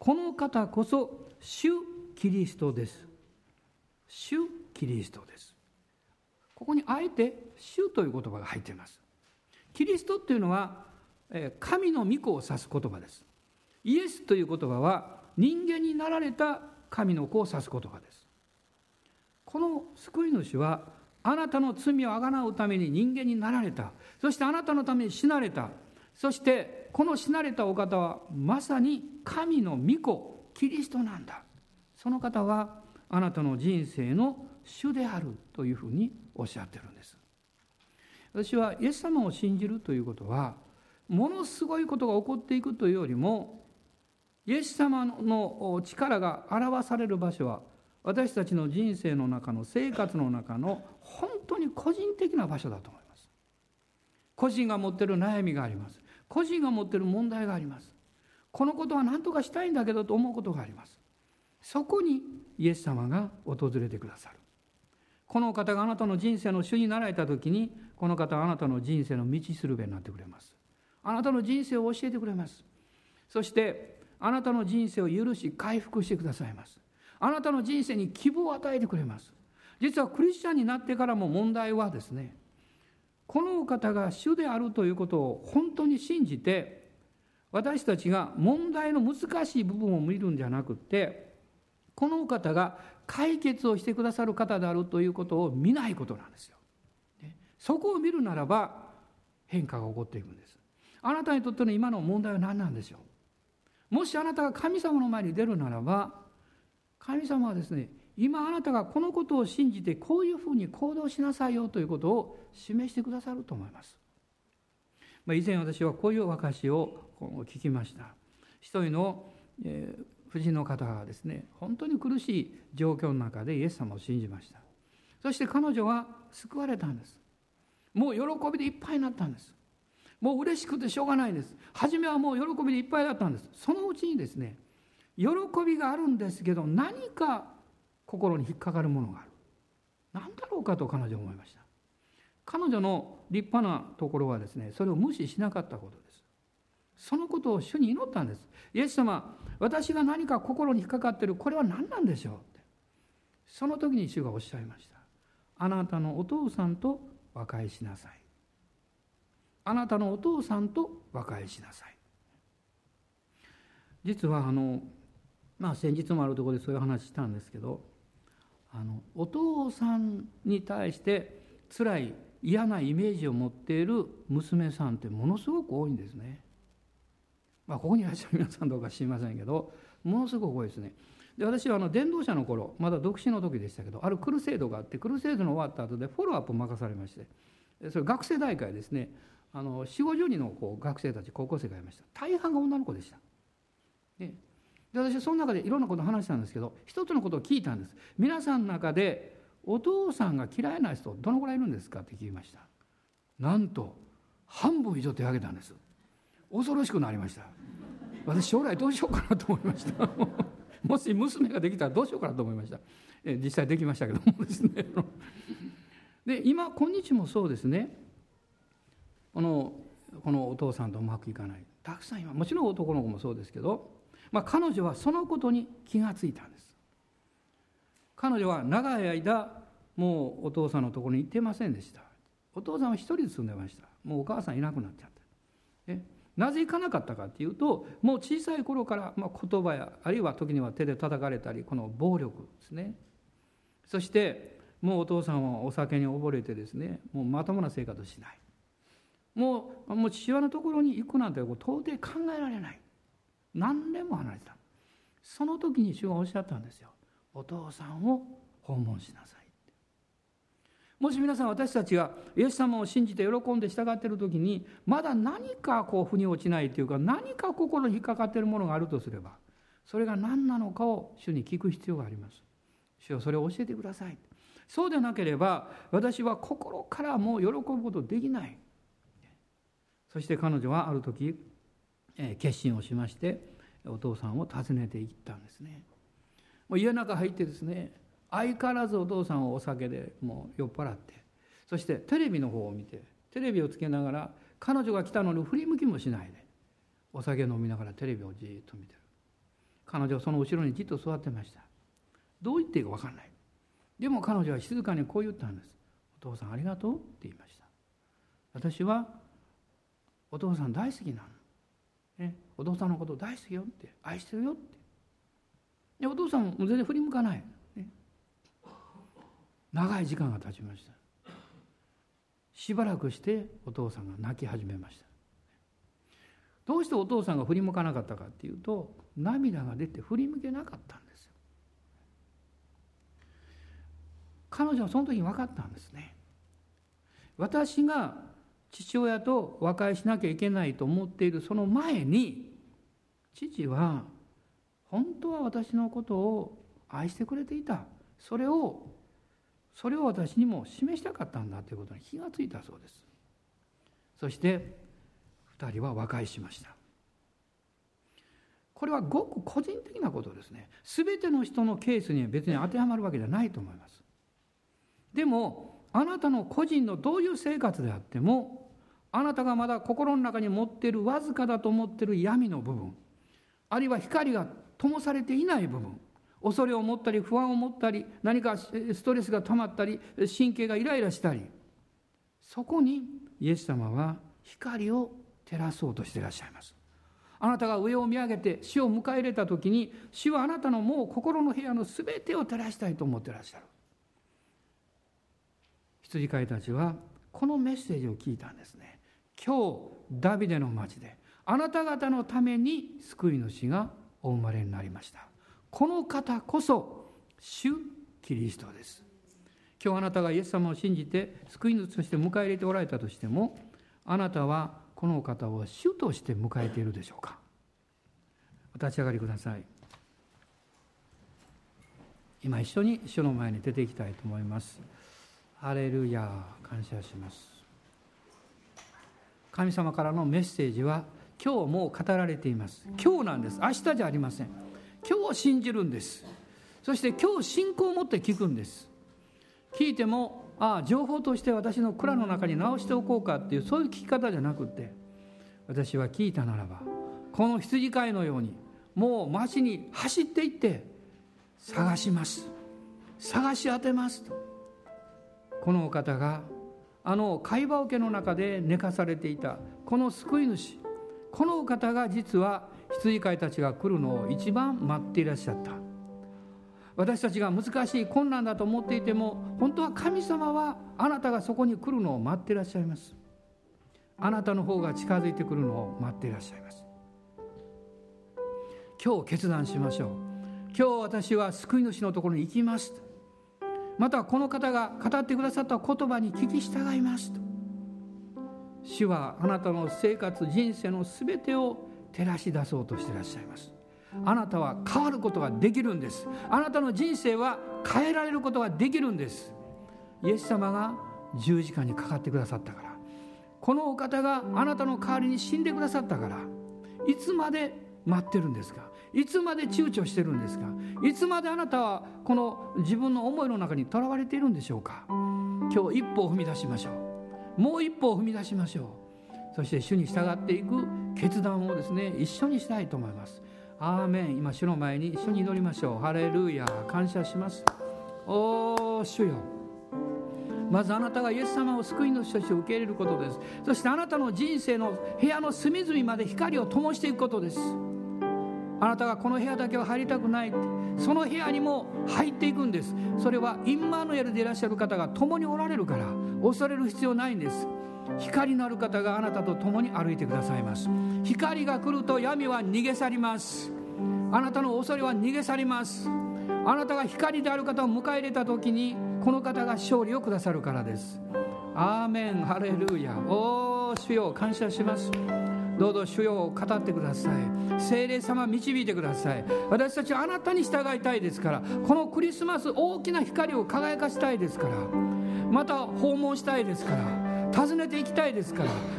この方こそ主キリストです。主キリストです。ここにあえて主という言葉が入っています。キリストというのは神の御子を指す言葉です。イエスという言葉は人間になられた神の子を指す言葉です。この救い主はあなたの罪をあがなうために人間になられた。そしてあなたのために死なれた。そしてこの死なれたお方はまさに神の御子キリストなんだ。その方はあなたの人生の主であるというふうにおっしゃってるんです。私はイエス様を信じるということはものすごいことが起こっていくというよりも、イエス様の力が表される場所は私たちの人生の中の生活の中の本当に個人的な場所だと思います。個人が持っている悩みがあります。個人が持っている問題があります。このことは何とかしたいんだけどと思うことがあります。そこにイエス様が訪れてくださる。この方があなたの人生の主になられたときに、この方はあなたの人生の道しるべになってくれます。あなたの人生を教えてくれます。そしてあなたの人生を許し回復してくださいます。あなたの人生に希望を与えてくれます。実はクリスチャンになってからも問題はですね、このお方が主であるということを本当に信じて、私たちが問題の難しい部分を見るんじゃなくて、このお方が解決をしてくださる方であるということを見ないことなんですよ。そこを見るならば変化が起こっていくんです。あなたにとっての今の問題は何なんでしょう。もしあなたが神様の前に出るならば、神様はですね、今あなたがこのことを信じてこういうふうに行動しなさいよということを示してくださると思います。まあ、以前私はこういうお証を聞きました。一人の、えー、婦人の方がですね、本当に苦しい状況の中でイエス様を信じました。そして彼女は救われたんです。もう喜びでいっぱいになったんです。もう嬉しくてしょうがないんです。初めはもう喜びでいっぱいだったんです。そのうちにですね、喜びがあるんですけど、何か心に引っかかるものがある。何だろうかと彼女は思いました。彼女の立派なところはですね、それを無視しなかったことです。そのことを主に祈ったんです。イエス様、私が何か心に引っかかっている、これは何なんでしょうって。その時に主がおっしゃいました。あなたのお父さんと和解しなさい。あなたのお父さんと和解しなさい。実はあの、まあ、先日もあるところでそういう話したんですけど、あのお父さんに対して辛い嫌なイメージを持っている娘さんってものすごく多いんですね。まあ、ここにいらっしゃる皆さんどうか知りませんけど、ものすごく多いですね。で、私はあの伝道者の頃、まだ独身の時でしたけど、あるクルセードがあって、クルセードの終わった後でフォローアップを任されまして、それ学生大会ですね、あのよんじゅう、ごじゅうにんのこう学生たち、高校生がいました。大半が女の子でした。で、私はその中でいろんなことを話したんですけど、一つのことを聞いたんです。皆さんの中でお父さんが嫌いな人どのくらいいるんですかって聞きました。なんと半分以上手を挙げたんです。恐ろしくなりました。私将来どうしようかなと思いましたもし娘ができたらどうしようかなと思いました。え実際できましたけどもですねで、今今日もそうですね、このこのお父さんとうまくいかない、たくさん今、もちろん男の子もそうですけど、まあ、彼女はそのことに気がついたんです。彼女は長い間もうお父さんのところに行ってませんでした。お父さんは一人で住んでました。もうお母さんいなくなっちゃった。ね、なぜ行かなかったかというと、もう小さい頃から、まあ、言葉やあるいは時には手で叩かれたり、この暴力ですね。そしてもうお父さんはお酒に溺れてですね、もうまともな生活をしない。もう、もう父親のところに行くなんて到底考えられない。何年も離れてた。その時に主がおっしゃったんですよ。お父さんを訪問しなさい。もし皆さん、私たちがイエス様を信じて喜んで従っている時に、まだ何かこう腑に落ちないというか、何か心に引っかかっているものがあるとすれば、それが何なのかを主に聞く必要があります。主はそれを教えてください。そうでなければ私は心からもう喜ぶことできない。そして彼女はある時、えー、決心をしまして、お父さんを訪ねていったんですね。もう家の中入ってですね、相変わらずお父さんをお酒でもう酔っ払って、そしてテレビの方を見て、テレビをつけながら、彼女が来たのに振り向きもしないでお酒飲みながらテレビをじーっと見てる。 彼女はその後ろにじっと座ってました。どう言っていいか分からない。でも彼女は静かにこう言ったんです。お父さんありがとうって言いました。私はお父さん大好きなの、ね、お父さんのこと大好きよって、愛してるよって。でお父さんも全然振り向かない、ね、長い時間が経ちました。しばらくしてお父さんが泣き始めました。どうしてお父さんが振り向かなかったかっていうと、涙が出て振り向けなかったんですよ。彼女はその時に分かったんですね。私が父親と和解しなきゃいけないと思っているその前に、父は本当は私のことを愛してくれていた。それをそれを私にも示したかったんだということに気がついたそうです。そして二人は和解しました。これはごく個人的なことですね。すべての人のケースには別に当てはまるわけではないと思います。でもあなたの個人のどういう生活であっても、あなたがまだ心の中に持っているわずかだと思っている闇の部分、あるいは光が灯されていない部分、恐れを持ったり不安を持ったり、何かストレスが溜まったり、神経がイライラしたり、そこにイエス様は光を照らそうとしていらっしゃいます。あなたが上を見上げて死を迎え入れた時に、死はあなたのもう心の部屋のすべてを照らしたいと思っていらっしゃる。羊飼いたちはこのメッセージを聞いたんですね。今日ダビデの町であなた方のために救い主がお生まれになりました。この方こそ主キリストです。今日あなたがイエス様を信じて救い主として迎え入れておられたとしても、あなたはこの方を主として迎えているでしょうか。お立ち上がりください。今一緒に主の前に出ていきたいと思います。ハレルヤ、感謝します。神様からのメッセージは今日もう語られています。今日なんです。明日じゃありません。今日信じるんです。そして今日信仰を持って聞くんです。聞いても、ああ情報として私の蔵の中に直しておこうかっていう、そういう聞き方じゃなくて、私は聞いたならばこの羊飼いのようにもう町に走っていって探します、探し当てますと。このお方があの貝羽桶の中で寝かされていたこの救い主、このお方が実は羊飼いたちが来るのを一番待っていらっしゃった。私たちが難しい困難だと思っていても、本当は神様はあなたがそこに来るのを待っていらっしゃいます。あなたの方が近づいてくるのを待っていらっしゃいます。今日決断しましょう。今日私は救い主のところに行きます。またこの方が語ってくださった言葉に聞き従いますと。主はあなたの生活人生のすべてを照らし出そうとしていらっしゃいます。あなたは変わることができるんです。あなたの人生は変えられることができるんです。イエス様が十字架にかかってくださったから、このお方があなたの代わりに死んでくださったから、いつまで待ってるんですか？いつまで躊躇してるんですか？いつまであなたはこの自分の思いの中にとらわれているんでしょうか？今日一歩を踏み出しましょう。もう一歩を踏み出しましょう。そして主に従っていく決断をですね、一緒にしたいと思います。アーメン。今主の前に一緒に祈りましょう。ハレルヤ、感謝します。おー主よ、まずあなたがイエス様を救い主として受け入れることです。そしてあなたの人生の部屋の隅々まで光を灯していくことです。あなたがこの部屋だけは入りたくない、その部屋にも入っていくんです。それはインマヌエルでいらっしゃる方が共におられるから、恐れる必要ないんです。光のある方があなたと共に歩いてくださいます。光が来ると闇は逃げ去ります。あなたの恐れは逃げ去ります。あなたが光である方を迎え入れた時に、この方が勝利をくださるからです。アーメン、ハレルヤ。おー主よ、感謝します。どうぞ主よ、語ってください。聖霊様、導いてください。私たちはあなたに従いたいですから、このクリスマス大きな光を輝かしたいですから、また訪問したいですから、訪ねていきたいですから、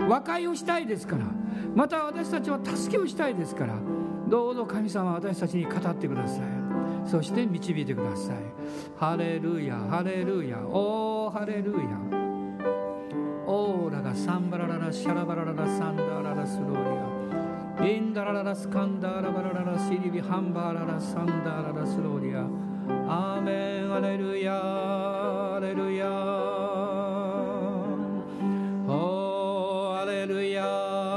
和解をしたいですから、また私たちは助けをしたいですから、どうぞ神様、私たちに語ってください。そして導いてください。ハレルヤ、ハレルヤ、おーハレルヤ。オーラがサンバラララシャラバラララサンダララスローリア。 インダラララスカンダラバラララシリビハンバララサンダララスローリア。アーメン。アレルヤアレルヤ。おーアレルヤ。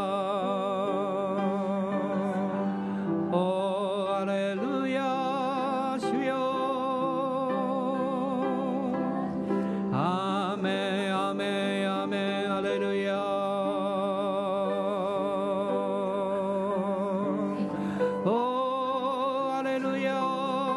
おーアレルヤ。主よ。アーメンアーメンアーメン。アレルヤ。おーアレルヤ。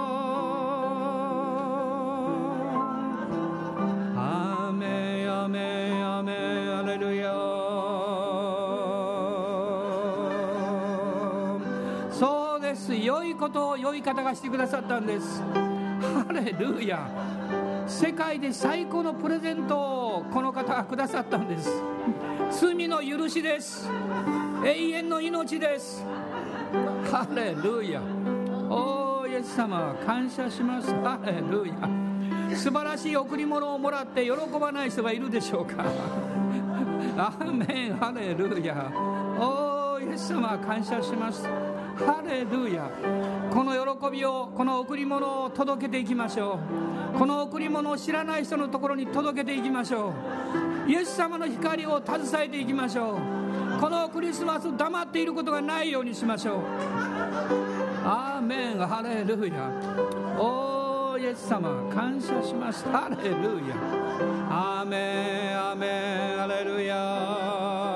良いことを良い方がしてくださったんです。ハレルヤ。世界で最高のプレゼントをこの方がくださったんです。罪の許しです。永遠の命です。ハレルヤ。おーイエス様感謝します。ハレルヤ。素晴らしい贈り物をもらって喜ばない人がいるでしょうか。アーメン。ハレルヤ。おーイエス様感謝します。ハレルヤ。この喜びを、この贈り物を届けていきましょう。この贈り物を知らない人のところに届けていきましょう。イエス様の光を携えていきましょう。このクリスマス黙っていることがないようにしましょう。アーメン。ハレルヤ。おーイエス様感謝します。ハレルヤ。アーメンアーメン。ハレルヤ。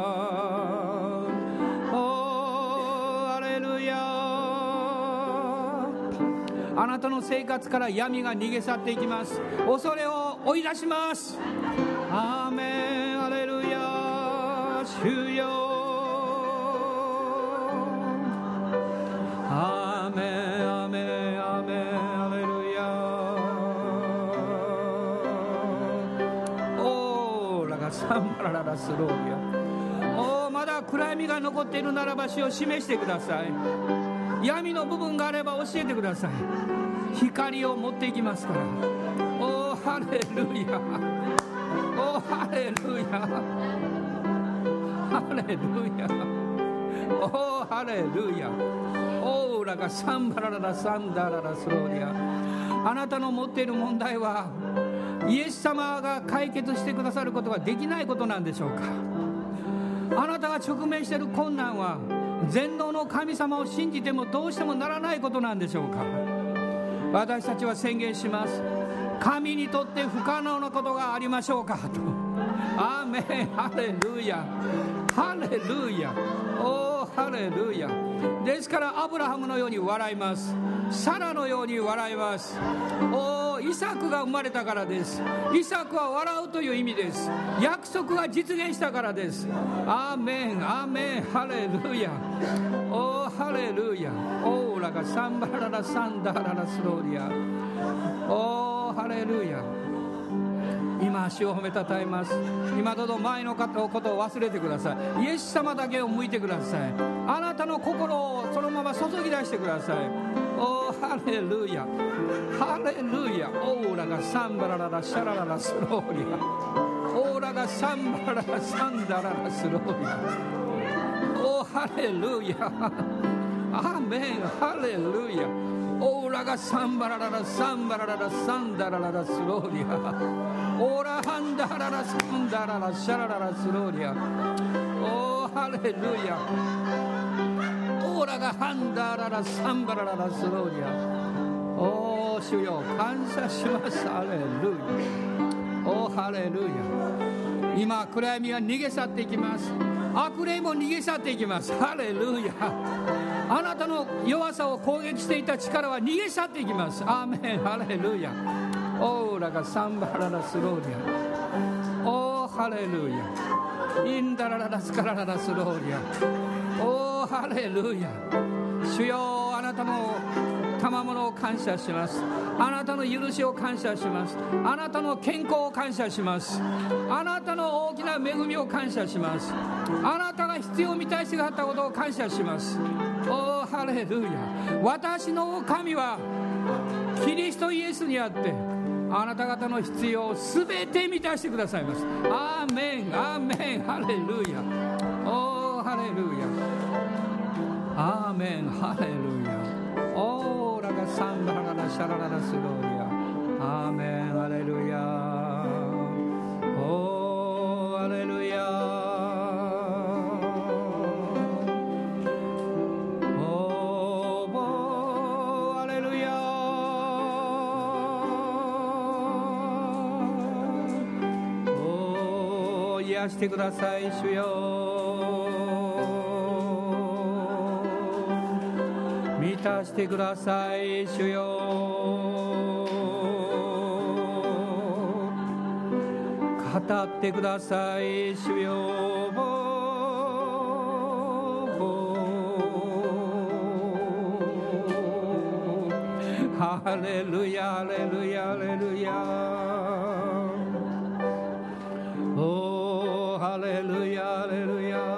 あなたの生活から闇が逃げ去っていきます。恐れを追い出します。アーメン。アレルヤ。主よ。アーメンアーメンアーメン。アレルヤ。オーラがサンバラララスローリア。おーまだ暗闇が残っているならば主を示してください。闇の部分があれば教えてください。光を持っていきますから。おーハレルヤ。おーハレルヤ。ハレルヤ。おーハレルヤ。オーラがサンバラララサンダララスローリア。あなたの持っている問題はイエス様が解決してくださることができないことなんでしょうか。あなたが直面している困難は全能の神様を信じてもどうしてもならないことなんでしょうか。私たちは宣言します。神にとって不可能なことがありましょうかと。アーメン。ハレルヤ。ハレルヤ。おーハレルヤ。ですからアブラハムのように笑います。サラのように笑います。おーイサクが生まれたからです。イサクは笑うという意味です。約束が実現したからです。アーメンアーメン。ハレルヤ。おーハレルヤ。オーラがサンバララサンダララスローリア。おーハレルヤ。今足を褒めたたえます。今どうぞ前のことを忘れてください。イエス様だけを向いてください。あなたの心をそのまま注ぎ出してください。おーハレルヤ。ハレルヤ。オーラがサンバラララシャラララスローリア。オーラがサンバララサンダララスローリア。おーハレルヤ。アーメン。ハレルヤ。オーラがサンバラララサンバラララサンダラララスローリア。オーラハンダララサンダララシャラララスローリア。おーハレルヤ。オーラがハンダララサンバラララスローリア。おー主よ感謝します。ハレルヤ。おーハレルヤ。今暗闇が逃げ去っていきます。悪霊も逃げ去っていきます。ハレルヤ。あなたの弱さを攻撃していた力は逃げ去っていきます。アーメン。ハレルヤ。オーラがサンバララスローリア。オーハレルヤ。インダラララスカラララスローリア。オーハレルヤ。主よあなたの賜物を感謝します。あなたの許しを感謝します。あなたの健康を感謝します。あなたの大きな恵みを感謝します。あなたが必要を満たしてくださったことを感謝します。おーハレルヤ。私の神はキリストイエスにあってあなた方の必要をすべて満たしてくださいます。アーメンアーメン。ハレルヤ。おーハレルヤ。アーメン、ハレルヤ。オーラがサンバラララシャラララスローリア。アーメン、ハレルヤ。オーハレルヤ。オーハレルヤ。オー癒してください主よ。満たしてください主よ。語ってください主よ。ハレルヤハレルヤハレルヤ。おーハレルヤハレルヤ。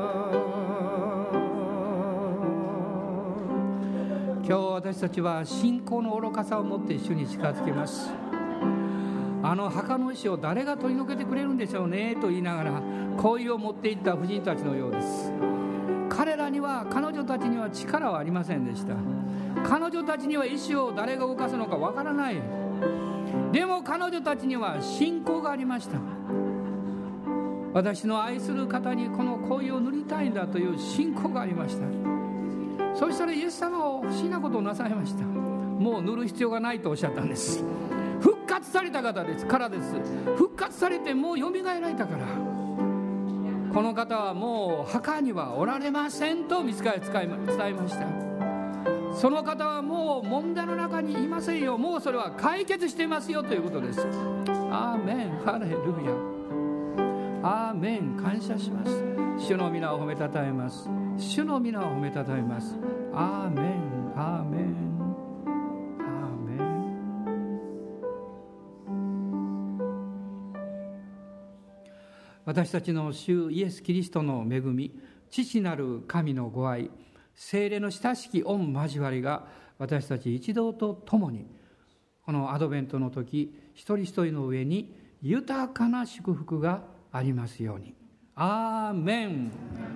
今日私たちは信仰の愚かさを持って主に近づきます。あの墓の石を誰が取り除けてくれるんでしょうねと言いながら恋を持っていった婦人たちのようです。彼らには彼女たちには力はありませんでした。彼女たちには石を誰が動かすのかわからない。でも彼女たちには信仰がありました。私の愛する方にこの恋を塗りたいんだという信仰がありました。そしたらイエス様は不思議なことをなさいました。もう塗る必要がないとおっしゃったんです。復活された方ですからです。復活されてもうよみがえられたから、この方はもう墓にはおられませんと見つかり伝えました。その方はもう問題の中にいませんよ。もうそれは解決していますよということです。アーメンハレルヤ。アーメン。感謝します。主の皆を褒めたたえます。主の皆を褒めたたえます。アーメンアーメンアーメン。私たちの主イエス・キリストの恵み、父なる神のご愛、聖霊の親しき御交わりが私たち一同と共にこのアドベントの時一人一人の上に豊かな祝福がありますように。アーメン。